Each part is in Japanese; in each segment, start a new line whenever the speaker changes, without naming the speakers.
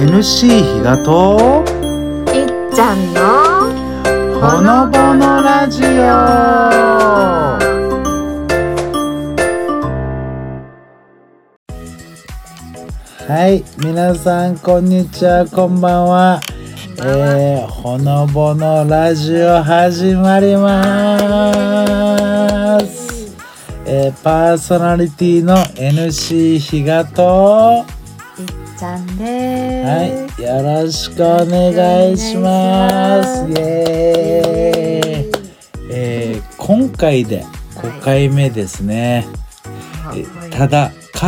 MC 比嘉と
いっちゃんの
ほのぼのラジオ。はい、皆さんこんにちは、こんばんは。ほのぼのラジオ始まります。パーソナリティの MC 比嘉と
いっちゃんです。
はい、よろしくお願いします。イエーイ。今回で5回目ですね。ただ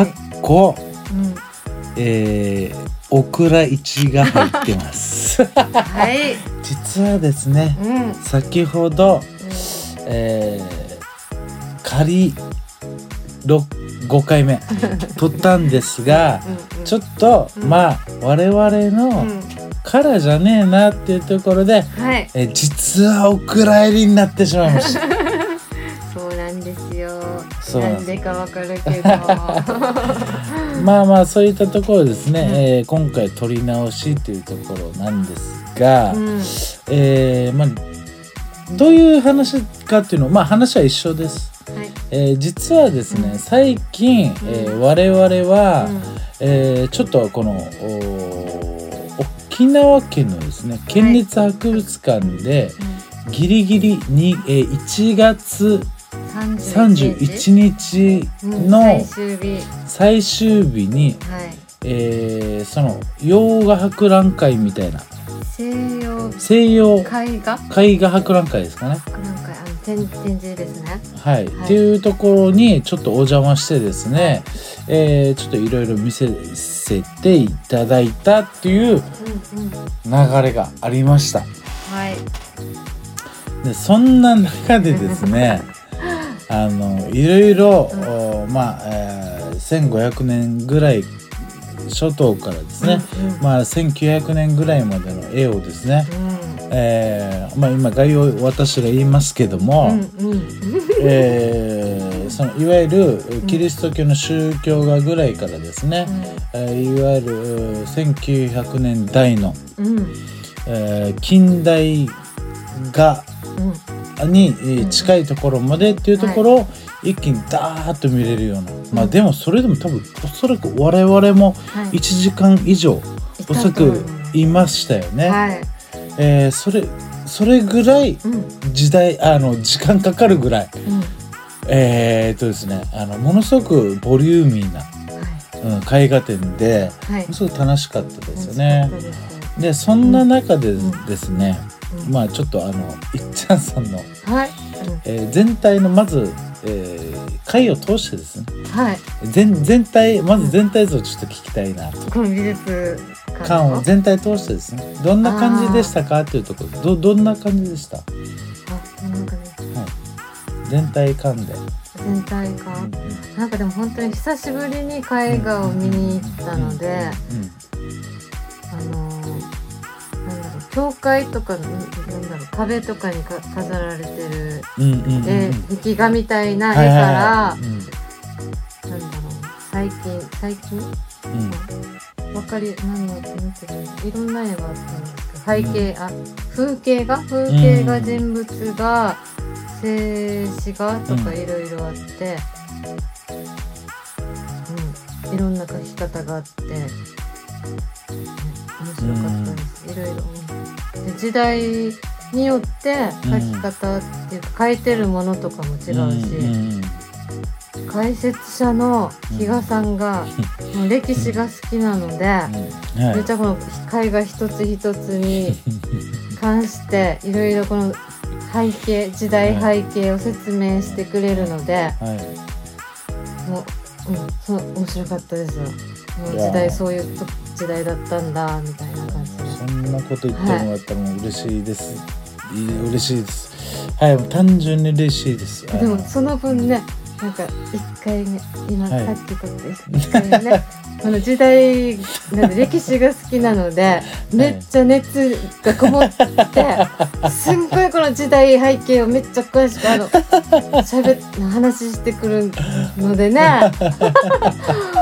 オクラ1が入ってます
はい。
実はですね、先ほど、仮5回目撮ったんですがちょっと我々のカラーじゃねえなっていうところで、実はお蔵入りになってしまいました
そうなんですよ。
なん
でかわかるけど
そういったところですね、今回撮り直しというところなんですが、どういう話かっていうの話は一緒です。実はですね、最近、我々は、ちょっとこの沖縄県のですね県立博物館で、ギリギリに、1月31日の最終日に、その洋画博覧会みたいな西洋絵画博覧会ですかね。
展示ですね。
っていうところにちょっとお邪魔してですね、ちょっといろいろ見せていただいたっていう流れがありました。でそんな中でですねいろいろ1500年ぐらい初頭からですね、1900年ぐらいまでの絵をですね、今概要私が言いますけども、そのいわゆるキリスト教の宗教画ぐらいからですね、いわゆる1900年代の、近代画に近いところまでっていうところを一気にダーッと見れるような、でもそれでも多分おそらく我々も1時間以上おそらくいましたよね。それぐらい時間かかるぐらい、ですねものすごくボリューミーな、絵画展で、すごく楽しかったですよね。でそんな中でですね、ちょっといっちゃんさんの、全体のまず、回を通してですね、まず全体像をちょっと聞きたいなと。
この美術
館を全体通してですね、どんな感じでしたかっていうところ、どんな感じでした？全体感で。
なんかでも本当に久しぶりに絵画を見に行ったので、教会とか壁とかに飾られてる壁画みたいな絵から最近何のいろんな絵があったんですけど、風景画人物が静止画とかいろいろあって、いろんな描き方があって、面白かったです。いろいろ時代によって描き方っていうか、描いてるものとかも違うし、解説者の比嘉さんが歴史が好きなので、めっちゃこの絵画一つ一つに関していろいろこの時代背景を説明してくれるので、面白かったです。そういう時代だったんだみたいな感じで。
そんなこと言ってもらったらもう嬉しいです。嬉しいです。単純に嬉しいです。
でもその分ね、なんか1回目今さっき撮って1回目ね、この時代歴史が好きなのでめっちゃ熱がこもってすんごいこの時代背景をめっちゃ詳しく話してくるのでね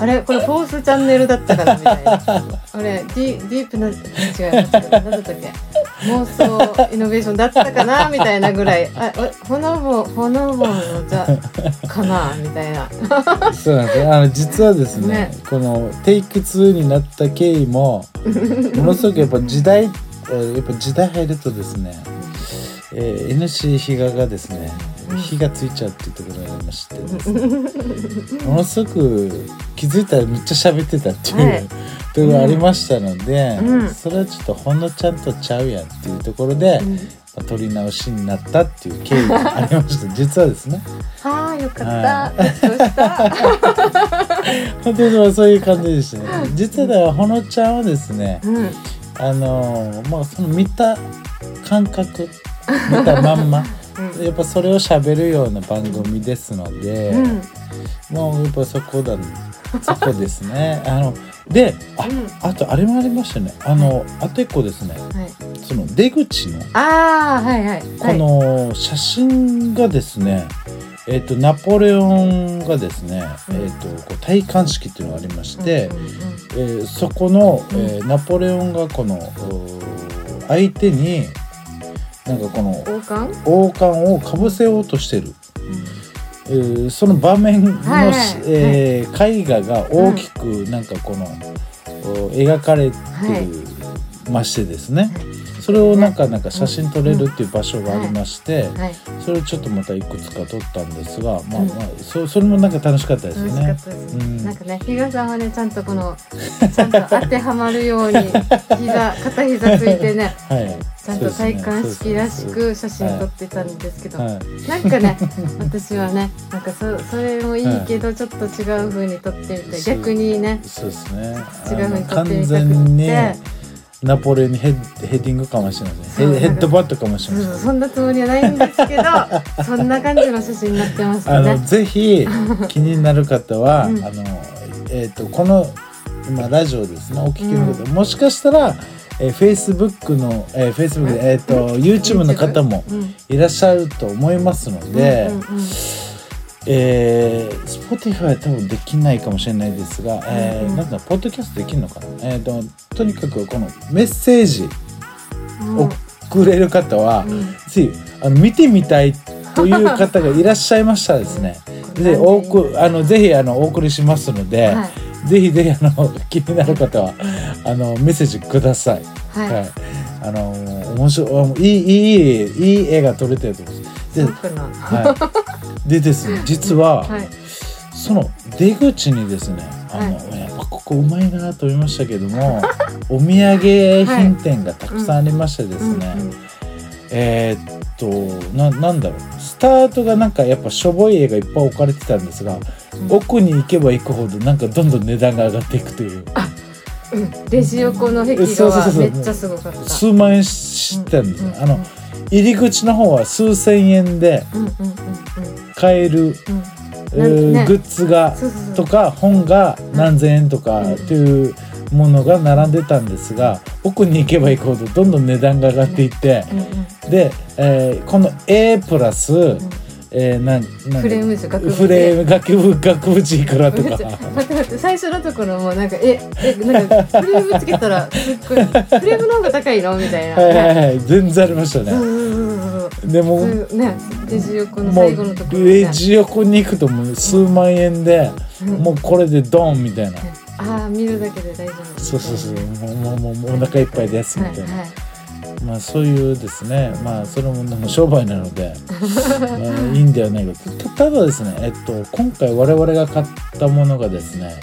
あれこれフォースチャンネルだったかなみたいなあれディープな違いますけど何だったっけ妄想イノベーションだったかなみたいなぐらいほのぼのじゃかなみたいな
そうなんです。実はですねこのテイク2になった経緯もものすごくやっぱ時代入るとですね、NC 比嘉がですね火がついちゃうっていうところがありましてですねものすごく気づいたらめっちゃ喋ってたっていう、ところがありましたので、それはちょっとほのちゃんとちゃうやんっていうところで、撮り直しになったっていう経緯がありました実はですね。
はあよかった、どうした
本当にそういう感じでしたね。実はだからほのちゃんはですね、その見た感覚見たまんまやっぱそれを喋るような番組ですので、もうやっぱそこですね。で、あとあれもありましたね。あと一個ですね。その出口のこの写真がですね、ナポレオンがですね、こう戴冠式っていうのがありまして、そこの、ナポレオンがこの相手になんかこの王冠をかぶせようとしてる、その場面の、絵画が大きくなんかこの、描かれてましてですね、それをなんか写真撮れるっていう場所がありまして、それをちょっとまたいくつか撮ったんですが、それもなんか楽しかったですよね。
なんかね、比嘉さんはねちゃんとちゃんと当てはまるように片膝ついてね、ちゃんと戴冠式らしく写真撮ってたんですけど、なんかね私はねなんかそれもいいけどちょっと違う風に撮ってみて、逆にね
そうですね、
違う風に撮ってみたくて、
完全にナポレオンにヘディングかもしれません。ヘッドバットかもしれません。
そんなつもりはないんですけどそんな感じの写真になってますね。
ぜひ気になる方は、この今ラジオですねお聞きの方、もしかしたらFacebook のFacebook でYouTube の方もいらっしゃると思いますので、Spotify は多分できないかもしれないですが、なんかポッドキャストできるのかな。とにかくこのメッセージをくれる方は、ぜひ見てみたいという方がいらっしゃいましたらですね、ぜひお送りしますので、ぜひ気になる方はメッセージください。面白いいい絵が撮れてると思います。でですね、実は、その出口にですね、やっぱここうまいなと思いましたけどもお土産品店がたくさんありましてですね、なんだろう、スタートがなんかやっぱしょぼい絵がいっぱい置かれてたんですが、奥に行けば行くほどなんかどんどん値段が上がっていくという。
レジ横の壁画はめっちゃすごかった。
数万円してたんですね。入り口の方は数千円で買えるグッズがとか本が何千円とかというものが並んでたんですが、奥に行けば行くほどどんどん値段が上がっていって、で、この A プラスフレ
ーム
額縁いくらとか
待って最初のところもなんかなんかフレームつけたらすっごいフレームの方が高いのみたいな、
全然ありましたね。でも
レジ横の最後のところ
レジ横に行くともう数万円で、もうこれでドンみたいな、
見るだけで大丈夫。
そうもうお腹いっぱいですみたいな、そういうですね、それも商売なのでいいんではないかと。ただですね、今回我々が買ったものがですね、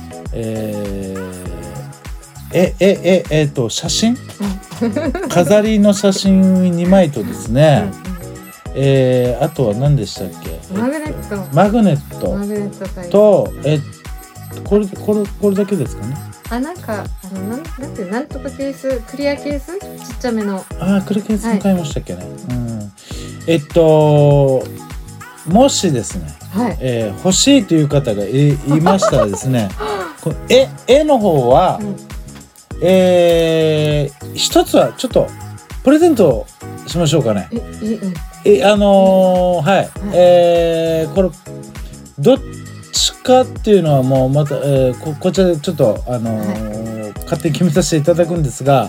写真飾りの写真2枚とですね、あとは何でしたっけ、
マグネット
とこれだけですかね。
なんかなんとかケース、クリアケースちっちゃめの
クリアケースも買いましたっけね。もしですね、欲しいという方がいましたらですねこの絵の方は、一つはちょっとプレゼントしましょうかね。これどっちかっていうのはもうまた、こちらでちょっと勝手に決めさせていただくんですが、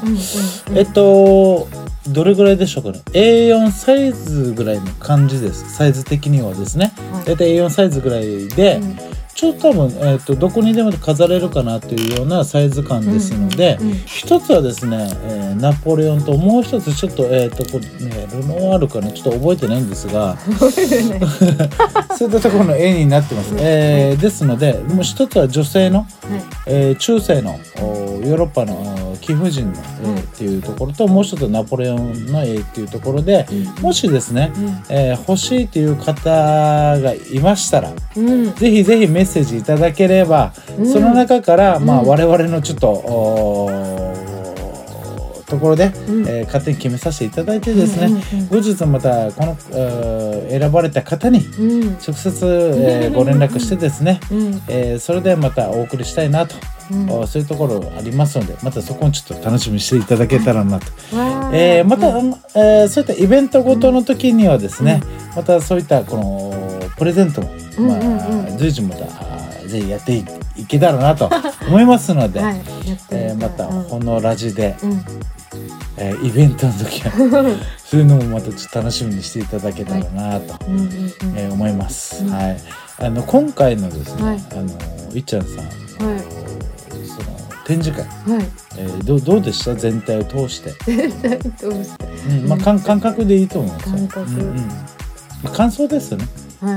どれぐらいでしょうかね。 A4 サイズぐらいの感じです。サイズ的にはですね、だいたい A4 サイズぐらいで、ちょっと多分、どこにでも飾れるかなというようなサイズ感ですので、一つはですね、ナポレオンと、もう一つちょっとこれね、ルノワールかな、ちょっと覚えてないんですがそういったところの絵になってます、ですので、もう一つは女性の、中世のヨーロッパの貴婦人の絵っていうところと、もう一つはナポレオンの絵っていうところで、もしですね、欲しいという方がいましたら、ぜひぜひメッセージいただければ、その中から、我々のちょっとところで、勝手に決めさせていただいてですね、後日またこの、選ばれた方に直接、ご連絡してですね、それでまたお送りしたいなと、そういうところありますので、またそこをちょっと楽しみにしていただけたらなと、また、そういったイベントごとの時にはですね、またそういったこのプレゼントも、随時またぜひやっていけたらなと思いますので、またこのラジで、イベントの時はそういうのもまたちょっと楽しみにしていただけたらなと思います。今回のですね、いっちゃんさん、その展示会、どうでした？全体を通して。感覚でいいと思いますよ。感想ですよね。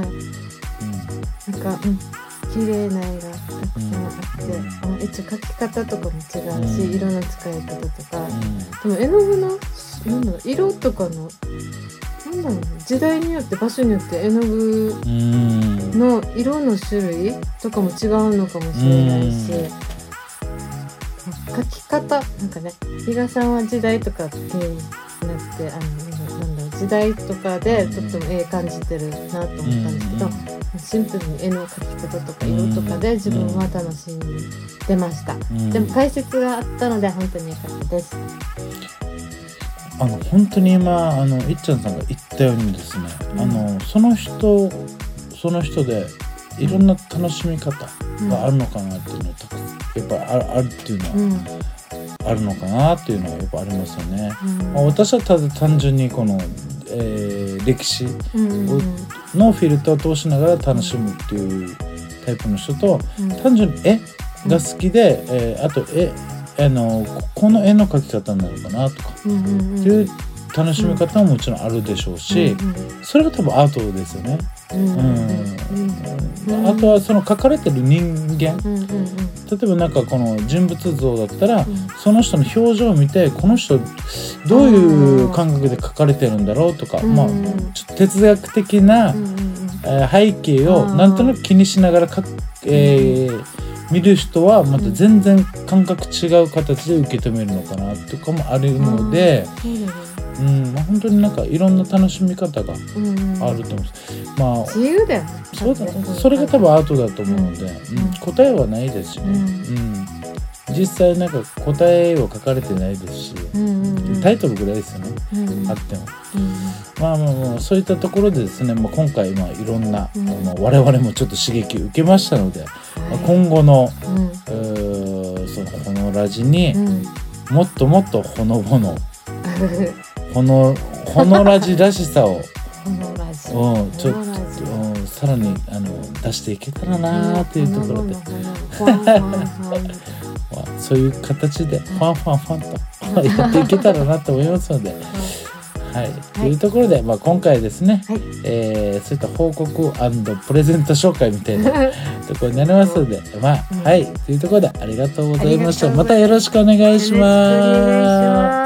なんか、綺麗な絵がたくさんあって、一応描き方とかも違うし、色の使い方とか、でも絵の具の色とかの時代によって場所によって絵の具の色の種類とかも違うのかもしれないし、描き方なんかね、比嘉さんは時代とかってなって時代とかでとっても絵感じてるなと思ったんですけど、シンプルに絵の描き方とか色とかで自分は楽しんでました。でも解説があったので本当に良かったです。
本当に今いっちゃんさんが言ったようにですね、その人でいろんな楽しみ方があるのかなっていうのはやっぱあるっていうのは、あるのかなっていうのはやっぱありますよね。私は単純にこの、歴史のフィルターを通しながら楽しむっていうタイプの人と、単純に絵が好きで、あとこの絵の描き方なのかなとかっていう楽しみ方ももちろんあるでしょうし、それが多分アートですよね。あとはその描かれてる人間、例えばなんかこの人物像だったら、その人の表情を見て、この人どういう感覚で描かれてるんだろうとか、ちょっと哲学的な、背景をなんとなく気にしながら見る人はまた全然感覚違う形で受け止めるのかなとかもあるので、本当になんかいろんな楽しみ方があると思う。まあ
自由だよね。
それが多分アートだと思うので、答えはないですしね。実際なんか答えを書かれてないですし、タイトルぐらいですよね、あっても。まあそういったところでですね、今回いろんな、我々もちょっと刺激を受けましたので、今後の、このラジにもっともっとほのぼのこのラジらしさをちょっとさらに出していけたらなというところでそういう形でファンとやっていけたらなと思いますので、というところで、今回ですね、そういった報告&プレゼント紹介みたいなところになりますので、というところでありがとうございました。またよろしくお願いします。